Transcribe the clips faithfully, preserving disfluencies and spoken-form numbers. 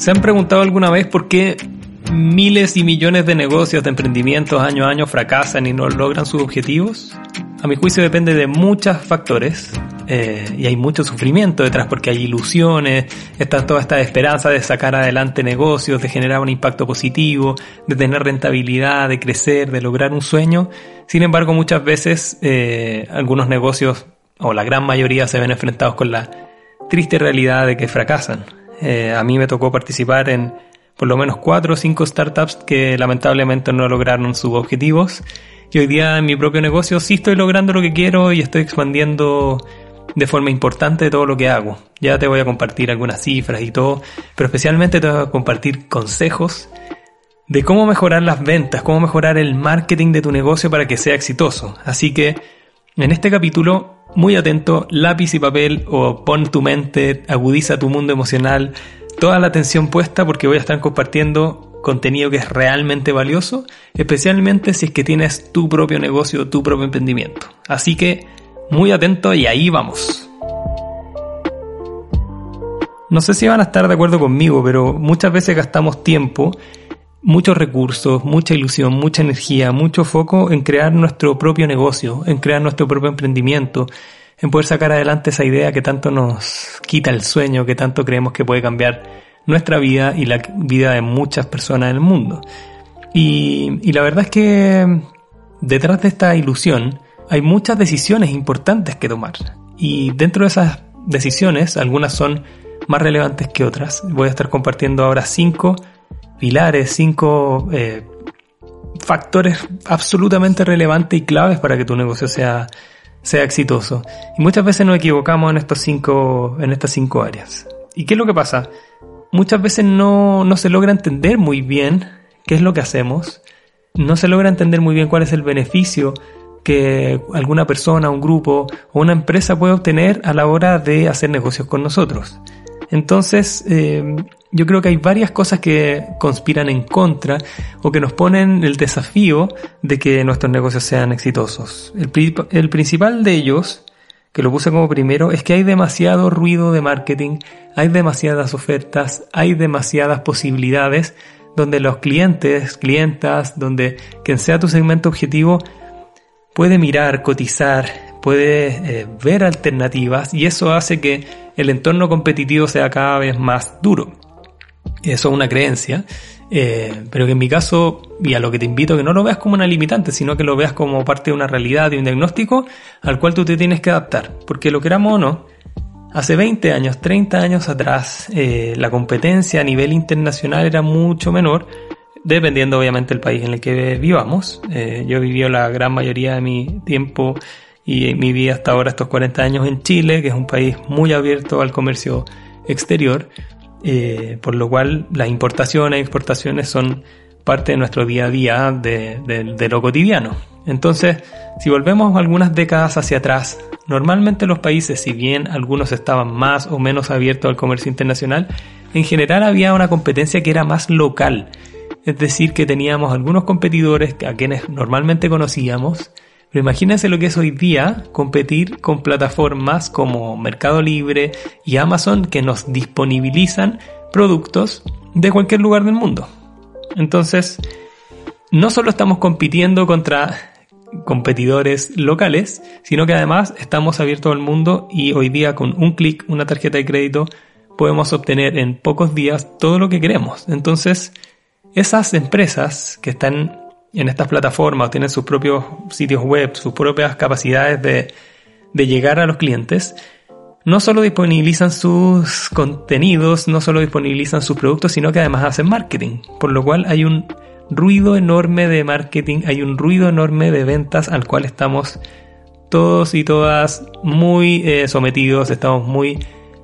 ¿Se han preguntado alguna vez por qué miles y millones de negocios, de emprendimientos año a año fracasan y no logran sus objetivos? A mi juicio depende de muchos factores eh, y hay mucho sufrimiento detrás porque hay ilusiones, está toda esta esperanza de sacar adelante negocios, de generar un impacto positivo, de tener rentabilidad, de crecer, de lograr un sueño. Sin embargo, muchas veces eh, algunos negocios, o la gran mayoría, se ven enfrentados con la triste realidad de que fracasan. Eh, a mí me tocó participar en por lo menos cuatro o cinco startups que lamentablemente no lograron sus objetivos. Y hoy día en mi propio negocio sí estoy logrando lo que quiero y estoy expandiendo de forma importante todo lo que hago. Ya te voy a compartir algunas cifras y todo, pero especialmente te voy a compartir consejos de cómo mejorar las ventas, cómo mejorar el marketing de tu negocio para que sea exitoso. Así que en este capítulo, muy atento, lápiz y papel o pon tu mente, agudiza tu mundo emocional, toda la atención puesta porque voy a estar compartiendo contenido que es realmente valioso, especialmente si es que tienes tu propio negocio, tu propio emprendimiento. Así que muy atento y ahí vamos. No sé si van a estar de acuerdo conmigo, pero muchas veces gastamos tiempo, muchos recursos, mucha ilusión, mucha energía, mucho foco en crear nuestro propio negocio, en crear nuestro propio emprendimiento, en poder sacar adelante esa idea que tanto nos quita el sueño, que tanto creemos que puede cambiar nuestra vida y la vida de muchas personas en el mundo. Y, y la verdad es que detrás de esta ilusión hay muchas decisiones importantes que tomar. Y dentro de esas decisiones, algunas son más relevantes que otras. Voy a estar compartiendo ahora cinco pilares, cinco eh, factores absolutamente relevantes y claves para que tu negocio sea, sea exitoso. Y muchas veces nos equivocamos en estos cinco, en estas cinco áreas. ¿Y qué es lo que pasa? Muchas veces no, no se logra entender muy bien qué es lo que hacemos. No se logra entender muy bien cuál es el beneficio que alguna persona, un grupo o una empresa puede obtener a la hora de hacer negocios con nosotros. Entonces, eh, yo creo que hay varias cosas que conspiran en contra o que nos ponen el desafío de que nuestros negocios sean exitosos. El, pri- el principal de ellos, que lo puse como primero, es que hay demasiado ruido de marketing, hay demasiadas ofertas, hay demasiadas posibilidades donde los clientes, clientas, donde quien sea tu segmento objetivo puede mirar, cotizar, puede eh, ver alternativas y eso hace que el entorno competitivo sea cada vez más duro. Eso es una creencia, eh, pero que en mi caso, y a lo que te invito, que no lo veas como una limitante, sino que lo veas como parte de una realidad, de un diagnóstico al cual tú te tienes que adaptar, porque lo queramos o no, hace veinte años, treinta años atrás, eh, la competencia a nivel internacional era mucho menor, dependiendo obviamente del país en el que vivamos. Eh, yo he vivido la gran mayoría de mi tiempo y mi vida hasta ahora, estos cuarenta años, en Chile, que es un país muy abierto al comercio exterior, eh, por lo cual las importaciones e exportaciones son parte de nuestro día a día, de, de, de lo cotidiano. Entonces, si volvemos algunas décadas hacia atrás, normalmente los países, si bien algunos estaban más o menos abiertos al comercio internacional, en general había una competencia que era más local. Es decir, que teníamos algunos competidores a quienes normalmente conocíamos, pero imagínense lo que es hoy día competir con plataformas como Mercado Libre y Amazon que nos disponibilizan productos de cualquier lugar del mundo. Entonces, no solo estamos compitiendo contra competidores locales, sino que además estamos abiertos al mundo y hoy día con un clic, una tarjeta de crédito, podemos obtener en pocos días todo lo que queremos. Entonces, esas empresas que están en estas plataformas tienen sus propios sitios web, sus propias capacidades de, de llegar a los clientes, no solo disponibilizan sus contenidos, no solo disponibilizan sus productos, sino que además hacen marketing, por lo cual hay un ruido enorme de marketing, hay un ruido enorme de ventas al cual estamos todos y todas muy eh, sometidos, estamos muy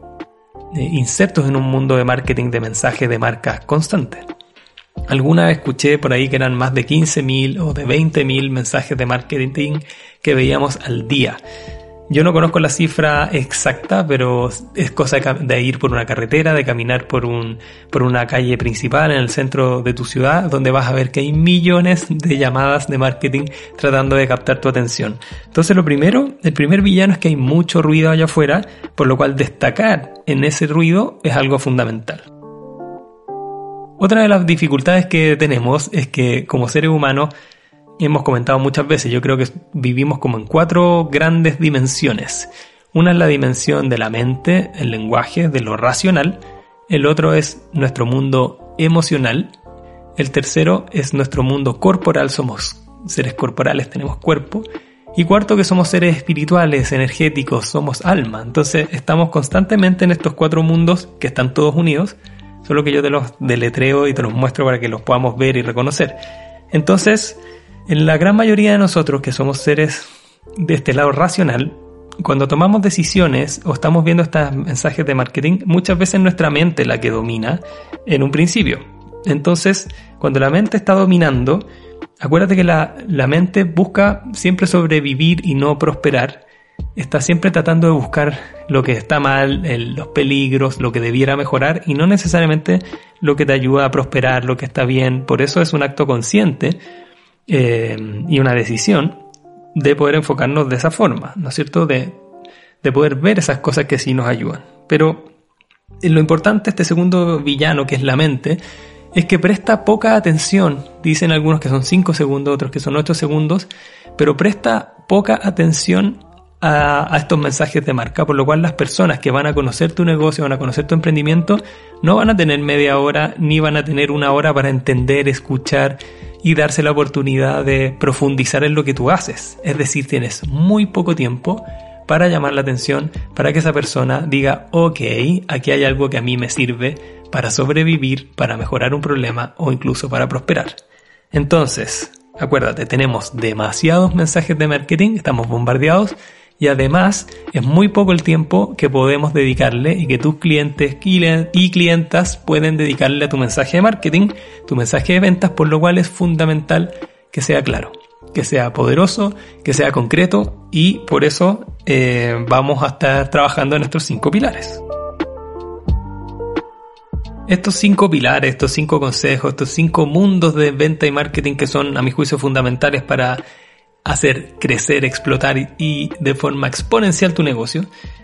eh, insertos en un mundo de marketing, de mensajes, de marcas constantes. Alguna vez escuché por ahí que eran más de quince mil o de veinte mil mensajes de marketing que veíamos al día. Yo no conozco la cifra exacta, pero es cosa de ir por una carretera, de caminar por un por una calle principal en el centro de tu ciudad, donde vas a ver que hay millones de llamadas de marketing tratando de captar tu atención. Entonces lo primero, el primer villano es que hay mucho ruido allá afuera, por lo cual destacar en ese ruido es algo fundamental. Otra de las dificultades que tenemos es que como seres humanos, hemos comentado muchas veces, yo creo que vivimos como en cuatro grandes dimensiones. Una es la dimensión de la mente, el lenguaje, de lo racional. El otro es nuestro mundo emocional. El tercero es nuestro mundo corporal, somos seres corporales, tenemos cuerpo. Y cuarto, que somos seres espirituales, energéticos, somos alma. Entonces estamos constantemente en estos cuatro mundos que están todos unidos, solo que yo te los deletreo y te los muestro para que los podamos ver y reconocer. Entonces, en la gran mayoría de nosotros que somos seres de este lado racional, cuando tomamos decisiones o estamos viendo estos mensajes de marketing, muchas veces nuestra mente es la que domina en un principio. Entonces, cuando la mente está dominando, acuérdate que la, la mente busca siempre sobrevivir y no prosperar. Está siempre tratando de buscar lo que está mal, el, los peligros, lo que debiera mejorar y no necesariamente lo que te ayuda a prosperar, lo que está bien. Por eso es un acto consciente eh, y una decisión de poder enfocarnos de esa forma, ¿no es cierto? De, de poder ver esas cosas que sí nos ayudan. Pero lo importante, este segundo villano que es la mente, es que presta poca atención. Dicen algunos que son cinco segundos, otros que son ocho segundos, pero presta poca atención a, a estos mensajes de marca, por lo cual las personas que van a conocer tu negocio, van a conocer tu emprendimiento, no van a tener media hora ni van a tener una hora para entender, escuchar y darse la oportunidad de profundizar en lo que tú haces. Es decir, tienes muy poco tiempo para llamar la atención, para que esa persona diga, ok, aquí hay algo que a mí me sirve para sobrevivir, para mejorar un problema o incluso para prosperar. Entonces, acuérdate, tenemos demasiados mensajes de marketing, estamos bombardeados y además es muy poco el tiempo que podemos dedicarle y que tus clientes y clientas pueden dedicarle a tu mensaje de marketing, tu mensaje de ventas, por lo cual es fundamental que sea claro, que sea poderoso, que sea concreto y por eso eh, vamos a estar trabajando en estos cinco pilares. Estos cinco pilares, estos cinco consejos, estos cinco mundos de venta y marketing que son, a mi juicio, fundamentales para hacer crecer, explotar y, y de forma exponencial tu negocio,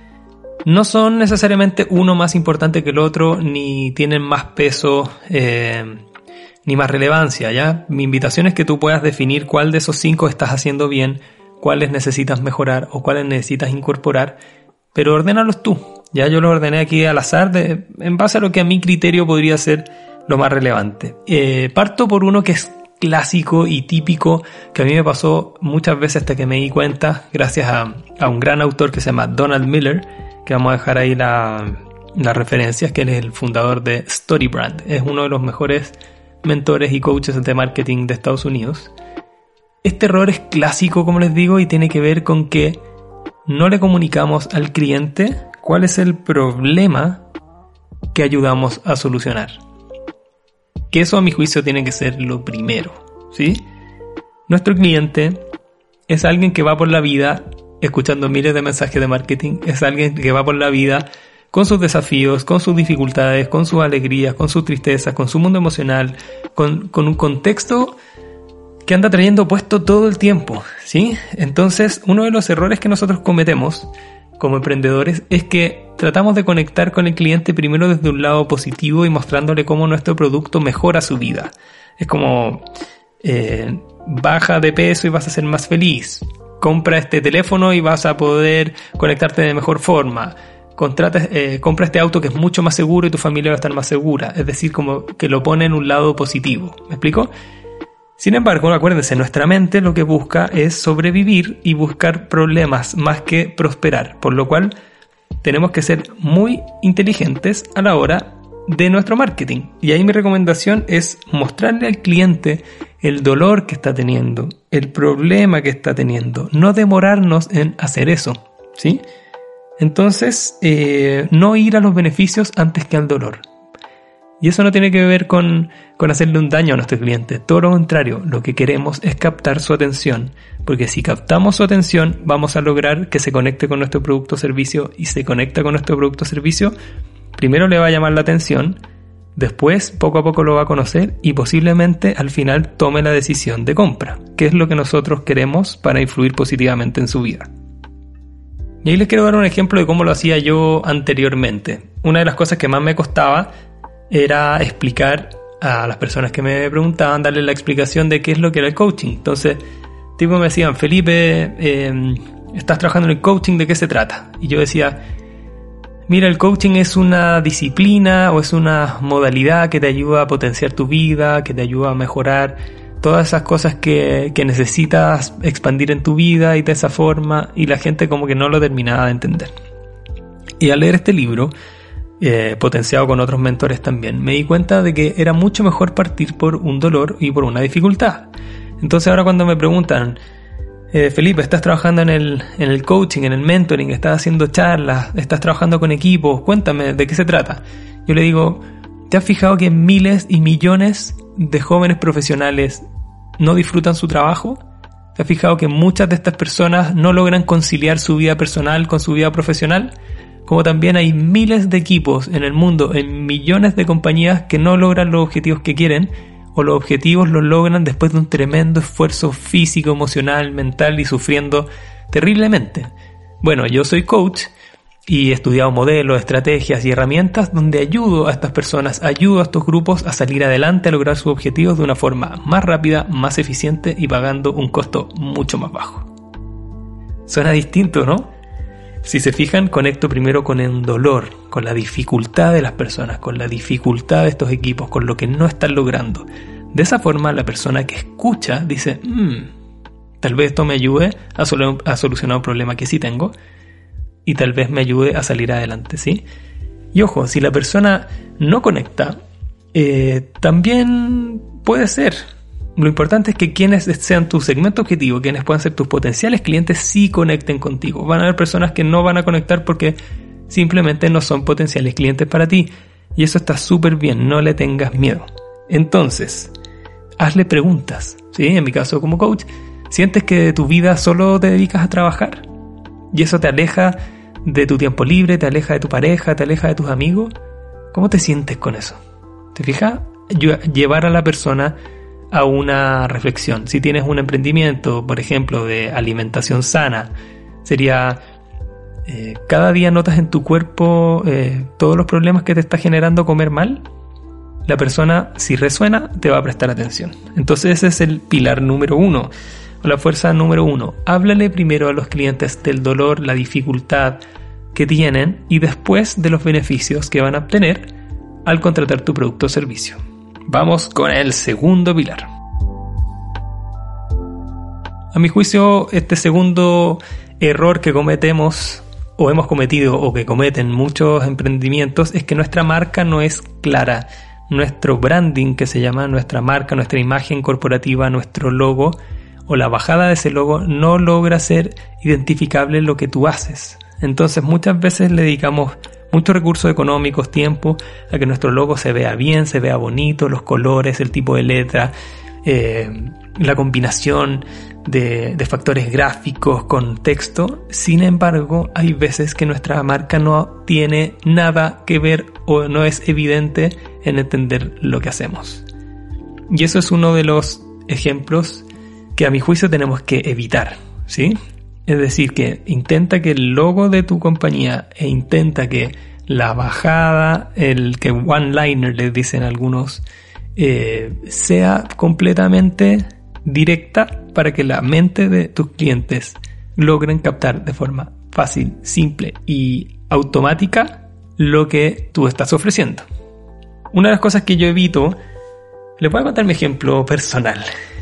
no son necesariamente uno más importante que el otro, ni tienen más peso, eh, ni más relevancia, ¿ya? Mi invitación es que tú puedas definir cuál de esos cinco estás haciendo bien, cuáles necesitas mejorar o cuáles necesitas incorporar, pero ordénalos tú. Ya yo los ordené aquí al azar de, en base a lo que a mi criterio podría ser lo más relevante. Eh, parto por uno que es clásico y típico, que a mí me pasó muchas veces hasta que me di cuenta, gracias a, a un gran autor que se llama Donald Miller, que vamos a dejar ahí la, las referencias, que él es el fundador de StoryBrand. Es uno de los mejores mentores y coaches de marketing de Estados Unidos. Este error es clásico, como les digo, y tiene que ver con que no le comunicamos al cliente cuál es el problema que ayudamos a solucionar. Que eso, a mi juicio, tiene que ser lo primero, ¿sí? Nuestro cliente es alguien que va por la vida escuchando miles de mensajes de marketing, es alguien que va por la vida con sus desafíos, con sus dificultades, con sus alegrías, con sus tristezas, con su mundo emocional, con, con un contexto que anda trayendo puesto todo el tiempo, ¿sí? Entonces, uno de los errores que nosotros cometemos como emprendedores es que tratamos de conectar con el cliente primero desde un lado positivo y mostrándole cómo nuestro producto mejora su vida. Es como, eh, baja de peso y vas a ser más feliz. Compra este teléfono y vas a poder conectarte de mejor forma. Contrata, eh, compra este auto que es mucho más seguro y tu familia va a estar más segura. Es decir, como que lo pone en un lado positivo. ¿Me explico? Sin embargo, acuérdense, nuestra mente lo que busca es sobrevivir y buscar problemas más que prosperar, por lo cual tenemos que ser muy inteligentes a la hora de nuestro marketing. Y ahí mi recomendación es mostrarle al cliente el dolor que está teniendo, el problema que está teniendo, no demorarnos en hacer eso, ¿sí? Entonces, eh, no ir a los beneficios antes que al dolor. Y eso no tiene que ver con, con hacerle un daño a nuestro cliente. Todo lo contrario, lo que queremos es captar su atención. Porque si captamos su atención, vamos a lograr que se conecte con nuestro producto o servicio. Y se conecta con nuestro producto o servicio, primero le va a llamar la atención, después poco a poco lo va a conocer y posiblemente al final tome la decisión de compra, que es lo que nosotros queremos para influir positivamente en su vida. Y ahí les quiero dar un ejemplo de cómo lo hacía yo anteriormente. Una de las cosas que más me costaba era explicar a las personas que me preguntaban, darles la explicación de qué es lo que era el coaching. Entonces, tipo me decían, Felipe, eh, estás trabajando en el coaching, ¿de qué se trata? Y yo decía, mira, el coaching es una disciplina o es una modalidad que te ayuda a potenciar tu vida, que te ayuda a mejorar todas esas cosas que, que necesitas expandir en tu vida, y de esa forma, y la gente como que no lo terminaba de entender. Y al leer este libro, eh, potenciado con otros mentores también, me di cuenta de que era mucho mejor partir por un dolor y por una dificultad. Entonces ahora cuando me preguntan, eh, Felipe, ¿estás trabajando en el, en el coaching, en el mentoring, estás haciendo charlas, estás trabajando con equipos? Cuéntame, ¿de qué se trata? Yo le digo, ¿te has fijado que miles y millones de jóvenes profesionales no disfrutan su trabajo? ¿Te has fijado que muchas de estas personas no logran conciliar su vida personal con su vida profesional? Como también hay miles de equipos en el mundo, en millones de compañías que no logran los objetivos que quieren, o los objetivos los logran después de un tremendo esfuerzo físico, emocional, mental y sufriendo terriblemente. Bueno, yo soy coach y he estudiado modelos, estrategias y herramientas donde ayudo a estas personas, ayudo a estos grupos a salir adelante, a lograr sus objetivos de una forma más rápida, más eficiente y pagando un costo mucho más bajo. Suena distinto, ¿no? Si se fijan, conecto primero con el dolor, con la dificultad de las personas, con la dificultad de estos equipos, con lo que no están logrando. De esa forma, la persona que escucha dice, mmm, tal vez esto me ayude a, sol- a solucionar un problema que sí tengo, y tal vez me ayude a salir adelante, ¿sí? Y ojo, si la persona no conecta, eh, también puede ser. Lo importante es que quienes sean tu segmento objetivo, quienes puedan ser tus potenciales clientes, sí conecten contigo. Van a haber personas que no van a conectar porque simplemente no son potenciales clientes para ti. Y eso está súper bien, no le tengas miedo. Entonces, hazle preguntas, ¿sí? En mi caso como coach, ¿sientes que de tu vida solo te dedicas a trabajar? ¿Y eso te aleja de tu tiempo libre, te aleja de tu pareja, te aleja de tus amigos? ¿Cómo te sientes con eso? ¿Te fijas? Llevar a la persona a una reflexión. Si tienes un emprendimiento, por ejemplo, de alimentación sana, sería eh, cada día notas en tu cuerpo eh, todos los problemas que te está generando comer mal. La persona, si resuena, te va a prestar atención. Entonces ese es el pilar número uno, o la fuerza número uno. Háblale primero a los clientes del dolor, la dificultad que tienen, y después de los beneficios que van a obtener al contratar tu producto o servicio. Vamos con el segundo pilar. A mi juicio, este segundo error que cometemos o hemos cometido o que cometen muchos emprendimientos es que nuestra marca no es clara. Nuestro branding, que se llama nuestra marca, nuestra imagen corporativa, nuestro logo o la bajada de ese logo no logra ser identificable en lo que tú haces. Entonces muchas veces le dedicamos muchos recursos económicos, tiempo, a que nuestro logo se vea bien, se vea bonito, los colores, el tipo de letra, eh, la combinación de, de factores gráficos con texto. Sin embargo, hay veces que nuestra marca no tiene nada que ver o no es evidente en entender lo que hacemos. Y eso es uno de los ejemplos que a mi juicio tenemos que evitar, ¿sí? Es decir, que intenta que el logo de tu compañía e intenta que la bajada, el que one-liner les dicen algunos, eh, sea completamente directa para que la mente de tus clientes logren captar de forma fácil, simple y automática lo que tú estás ofreciendo. Una de las cosas que yo evito, les voy a contar mi ejemplo personal.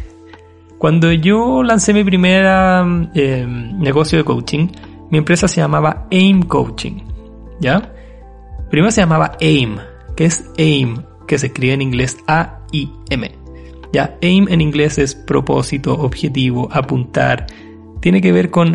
Cuando yo lancé mi primer eh, negocio de coaching, mi empresa se llamaba AIM Coaching, ¿ya? Primero se llamaba AIM, que es AIM, que se escribe en inglés A I M. Ya, AIM en inglés es propósito, objetivo, apuntar. Tiene que ver con,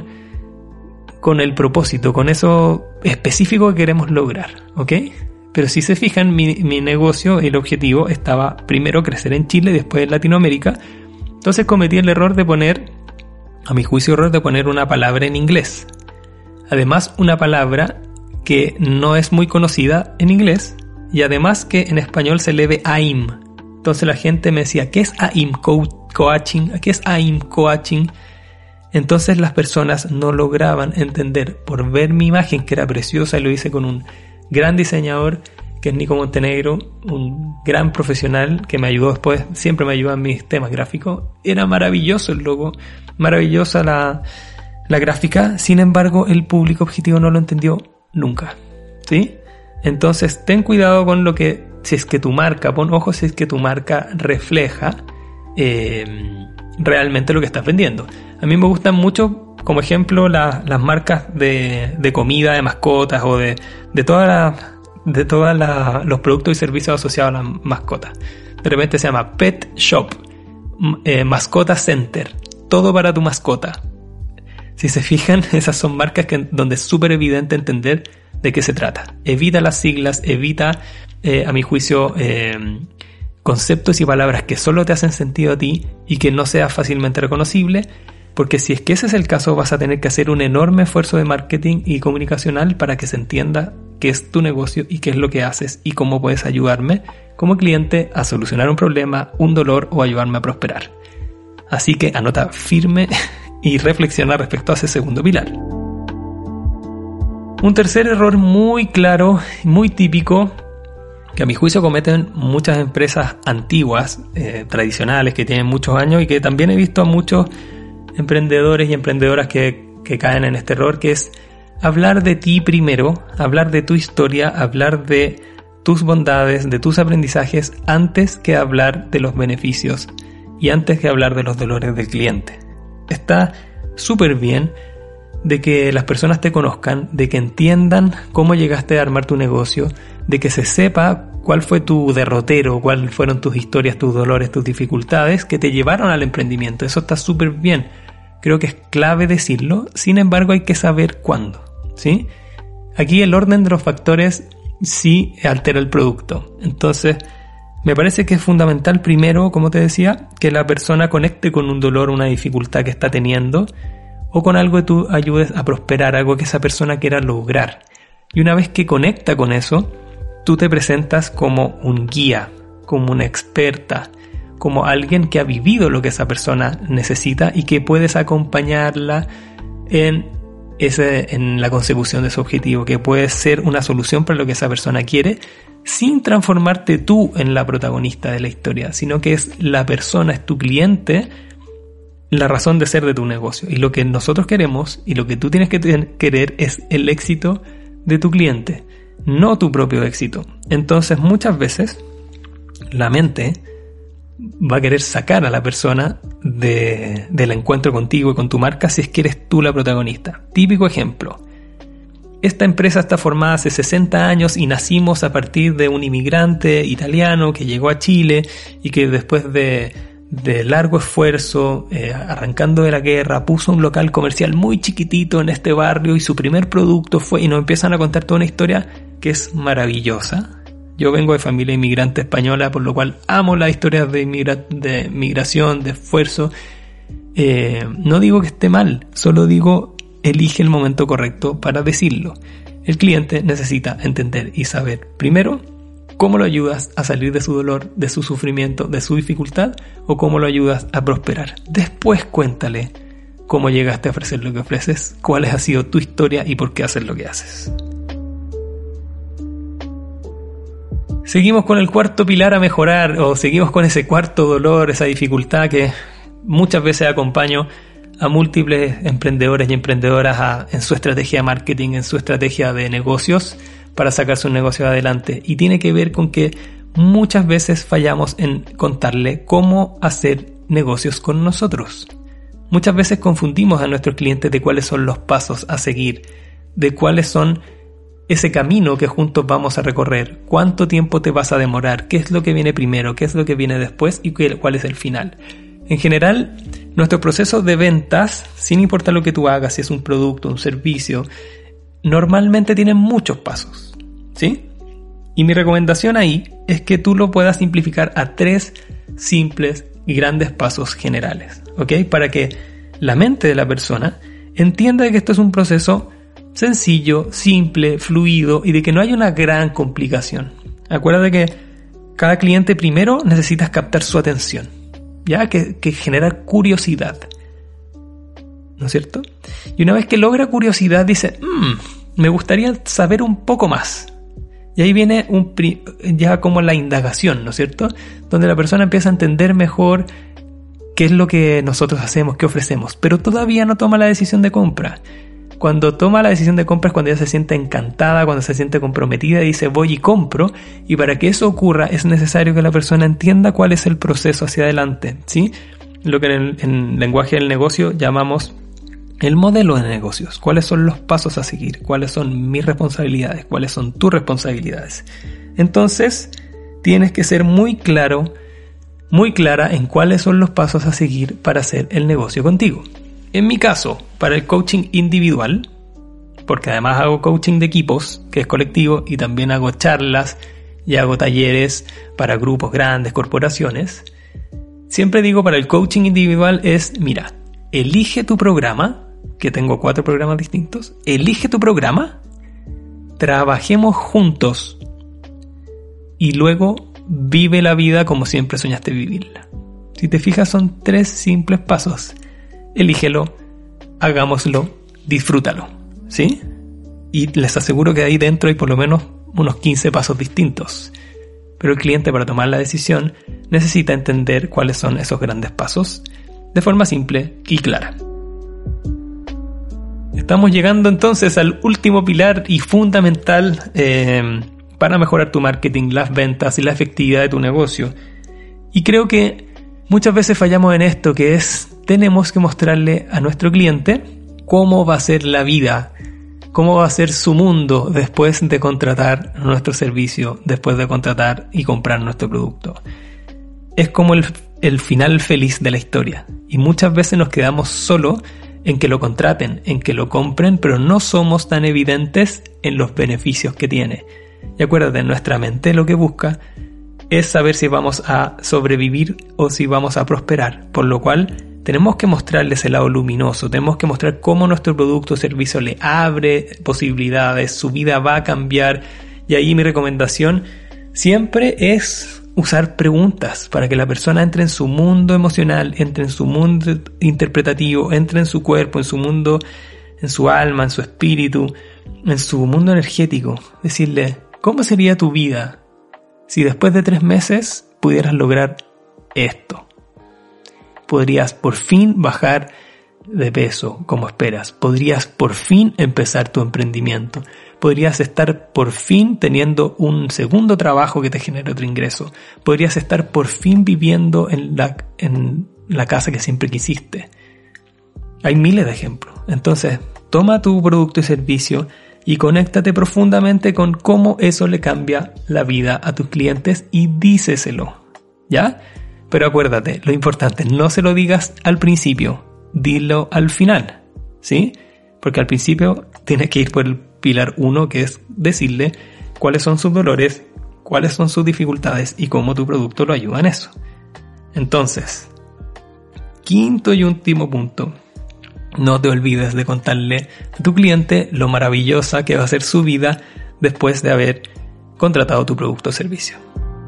con el propósito, con eso específico que queremos lograr, ¿ok? Pero si se fijan, mi, mi negocio, el objetivo estaba primero crecer en Chile y después en Latinoamérica. Entonces cometí el error de poner, a mi juicio error, de poner una palabra en inglés. Además, una palabra que no es muy conocida en inglés y además que en español se lee AIM. Entonces la gente me decía, ¿qué es AIM Co- Coaching? ¿Qué es AIM Coaching? Entonces las personas no lograban entender, por ver mi imagen que era preciosa y lo hice con un gran diseñador, que es Nico Montenegro, un gran profesional que me ayudó después, siempre me ayuda en mis temas gráficos. Era maravilloso el logo, maravillosa la, la gráfica, sin embargo el público objetivo no lo entendió nunca, ¿sí? Entonces ten cuidado con lo que, si es que tu marca, pon ojo si es que tu marca refleja eh, realmente lo que estás vendiendo. A mí me gustan mucho, como ejemplo, la, las marcas de, de comida, de mascotas o de, de todas las de todos los productos y servicios asociados a las mascotas. De repente se llama Pet Shop, eh, Mascota Center, todo para tu mascota. Si se fijan, esas son marcas que, donde es súper evidente entender de qué se trata. Evita las siglas, evita, eh, a mi juicio, eh, conceptos y palabras que solo te hacen sentido a ti y que no sea fácilmente reconocible, porque si es que ese es el caso, vas a tener que hacer un enorme esfuerzo de marketing y comunicacional para que se entienda qué es tu negocio y qué es lo que haces y cómo puedes ayudarme como cliente a solucionar un problema, un dolor o ayudarme a prosperar. Así que anota firme y reflexiona respecto a ese segundo pilar. Un tercer error muy claro, muy típico, que a mi juicio cometen muchas empresas antiguas, eh, tradicionales, que tienen muchos años y que también he visto a muchos emprendedores y emprendedoras que, que caen en este error, que es hablar de ti primero, hablar de tu historia, hablar de tus bondades, de tus aprendizajes, antes que hablar de los beneficios y antes que hablar de los dolores del cliente. Está súper bien de que las personas te conozcan, de que entiendan cómo llegaste a armar tu negocio, de que se sepa cuál fue tu derrotero, cuáles fueron tus historias, tus dolores, tus dificultades que te llevaron al emprendimiento. Eso está súper bien. Creo que es clave decirlo, sin embargo hay que saber cuándo, ¿sí? Aquí el orden de los factores sí altera el producto. Entonces, me parece que es fundamental primero, como te decía, que la persona conecte con un dolor, una dificultad que está teniendo, o con algo que tú ayudes a prosperar, algo que esa persona quiera lograr. Y una vez que conecta con eso, tú te presentas como un guía, como una experta, como alguien que ha vivido lo que esa persona necesita y que puedes acompañarla en, ese, en la consecución de su objetivo, que puede ser una solución para lo que esa persona quiere, sin transformarte tú en la protagonista de la historia, sino que es la persona, es tu cliente, la razón de ser de tu negocio. Y lo que nosotros queremos y lo que tú tienes que querer es el éxito de tu cliente, no tu propio éxito. Entonces muchas veces la mente va a querer sacar a la persona de, del encuentro contigo y con tu marca si es que eres tú la protagonista. Típico ejemplo: esta empresa está formada hace sesenta años y nacimos a partir de un inmigrante italiano que llegó a Chile y que después de, de largo esfuerzo, eh, arrancando de la guerra, puso un local comercial muy chiquitito en este barrio y su primer producto fue... Y nos empiezan a contar toda una historia que es maravillosa. Yo vengo de familia inmigrante española, por lo cual amo las historias de, inmigra- de migración, de esfuerzo. Eh, no digo que esté mal, solo digo elige el momento correcto para decirlo. El cliente necesita entender y saber primero cómo lo ayudas a salir de su dolor, de su sufrimiento, de su dificultad, o cómo lo ayudas a prosperar. Después cuéntale cómo llegaste a ofrecer lo que ofreces, cuál ha sido tu historia y por qué haces lo que haces. Seguimos con el cuarto pilar a mejorar, o seguimos con ese cuarto dolor, esa dificultad que muchas veces acompaño a múltiples emprendedores y emprendedoras a, en su estrategia de marketing, en su estrategia de negocios para sacar su negocio adelante. Y tiene que ver con que muchas veces fallamos en contarle cómo hacer negocios con nosotros. Muchas veces confundimos a nuestros clientes de cuáles son los pasos a seguir, de cuáles son ese camino que juntos vamos a recorrer, cuánto tiempo te vas a demorar, qué es lo que viene primero, qué es lo que viene después y cuál es el final. En general, nuestro proceso de ventas, sin importar lo que tú hagas, si es un producto, un servicio, normalmente tienen muchos pasos, ¿sí? Y mi recomendación ahí es que tú lo puedas simplificar a tres simples y grandes pasos generales, ¿ok? Para que la mente de la persona entienda que esto es un proceso sencillo, simple, fluido y de que no hay una gran complicación. Acuérdate que cada cliente primero necesitas captar su atención, ya que, que generar curiosidad, ¿no es cierto? Y una vez que logra curiosidad dice, mmm, me gustaría saber un poco más. Y ahí viene un pri- ya como la indagación, ¿no es cierto? Donde la persona empieza a entender mejor qué es lo que nosotros hacemos, qué ofrecemos, pero todavía no toma la decisión de compra. Cuando toma la decisión de compra es cuando ella se siente encantada, cuando se siente comprometida y dice voy y compro. Y para que eso ocurra es necesario que la persona entienda cuál es el proceso hacia adelante, ¿sí? Lo que en el en lenguaje del negocio llamamos el modelo de negocios. ¿Cuáles son los pasos a seguir? ¿Cuáles son mis responsabilidades? ¿Cuáles son tus responsabilidades? Entonces, tienes que ser muy claro, muy clara en cuáles son los pasos a seguir para hacer el negocio contigo. En mi caso, para el coaching individual, porque además hago coaching de equipos, que es colectivo, y también hago charlas y hago talleres para grupos grandes, corporaciones, siempre digo para el coaching individual es, mira, elige tu programa, que tengo cuatro programas distintos, elige tu programa, trabajemos juntos y luego vive la vida como siempre soñaste vivirla. Si te fijas, son tres simples pasos. Elígelo, hagámoslo, disfrútalo, ¿sí? Y les aseguro que ahí dentro hay por lo menos unos quince pasos distintos. Pero el cliente, para tomar la decisión, necesita entender cuáles son esos grandes pasos de forma simple y clara. Estamos llegando entonces al último pilar y fundamental eh, para mejorar tu marketing, las ventas y la efectividad de tu negocio. Y creo que muchas veces fallamos en esto, que es, tenemos que mostrarle a nuestro cliente cómo va a ser la vida, cómo va a ser su mundo después de contratar nuestro servicio, después de contratar y comprar nuestro producto. Es como el, el final feliz de la historia. Y muchas veces nos quedamos solo en que lo contraten, en que lo compren, pero no somos tan evidentes en los beneficios que tiene. Y acuérdate, nuestra mente lo que busca es saber si vamos a sobrevivir o si vamos a prosperar, por lo cual tenemos que mostrarles el lado luminoso, tenemos que mostrar cómo nuestro producto o servicio le abre posibilidades, su vida va a cambiar. Y ahí mi recomendación siempre es usar preguntas para que la persona entre en su mundo emocional, entre en su mundo interpretativo, entre en su cuerpo, en su mundo, en su alma, en su espíritu, en su mundo energético. Decirle, ¿cómo sería tu vida si después de tres meses pudieras lograr esto? Podrías por fin bajar de peso como esperas. Podrías por fin empezar tu emprendimiento. Podrías estar por fin teniendo un segundo trabajo que te genere otro ingreso. Podrías estar por fin viviendo en la, en la casa que siempre quisiste. Hay miles de ejemplos. Entonces, toma tu producto y servicio y conéctate profundamente con cómo eso le cambia la vida a tus clientes y díceselo, ¿ya? Pero acuérdate, lo importante, no se lo digas al principio, dilo al final, ¿sí? Porque al principio tienes que ir por el pilar uno, que es decirle cuáles son sus dolores, cuáles son sus dificultades y cómo tu producto lo ayuda en eso. Entonces, quinto y último punto. No te olvides de contarle a tu cliente lo maravillosa que va a ser su vida después de haber contratado tu producto o servicio.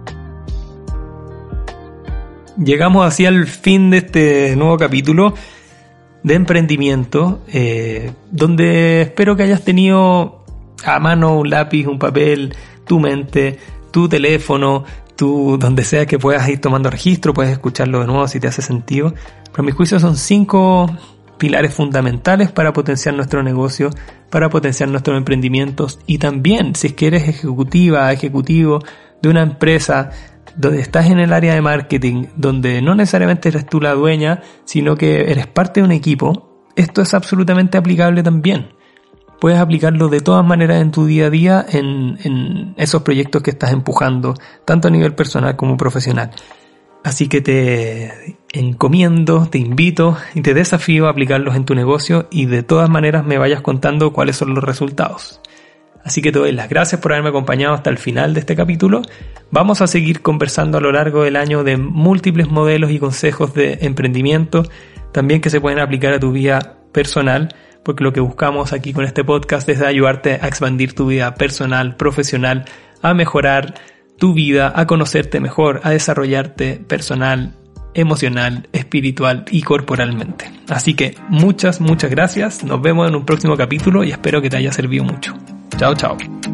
Llegamos así al fin de este nuevo capítulo de emprendimiento, eh, donde espero que hayas tenido a mano un lápiz, un papel, tu mente, tu teléfono, tu, donde sea que puedas ir tomando registro, puedes escucharlo de nuevo si te hace sentido. Pero a mi juicio son cinco pilares fundamentales para potenciar nuestro negocio, para potenciar nuestros emprendimientos, y también si es que eres ejecutiva, ejecutivo de una empresa donde estás en el área de marketing, donde no necesariamente eres tú la dueña, sino que eres parte de un equipo, esto es absolutamente aplicable también. Puedes aplicarlo de todas maneras en tu día a día en, en esos proyectos que estás empujando, tanto a nivel personal como profesional. Así que te encomiendo, te invito y te desafío a aplicarlos en tu negocio y de todas maneras me vayas contando cuáles son los resultados. Así que te doy las gracias por haberme acompañado hasta el final de este capítulo. Vamos a seguir conversando a lo largo del año de múltiples modelos y consejos de emprendimiento, también que se pueden aplicar a tu vida personal, porque lo que buscamos aquí con este podcast es ayudarte a expandir tu vida personal, profesional, a mejorar tu vida, a conocerte mejor, a desarrollarte personal, emocional, espiritual y corporalmente. Así que muchas, muchas gracias. Nos vemos en un próximo capítulo y espero que te haya servido mucho. Chao, chao.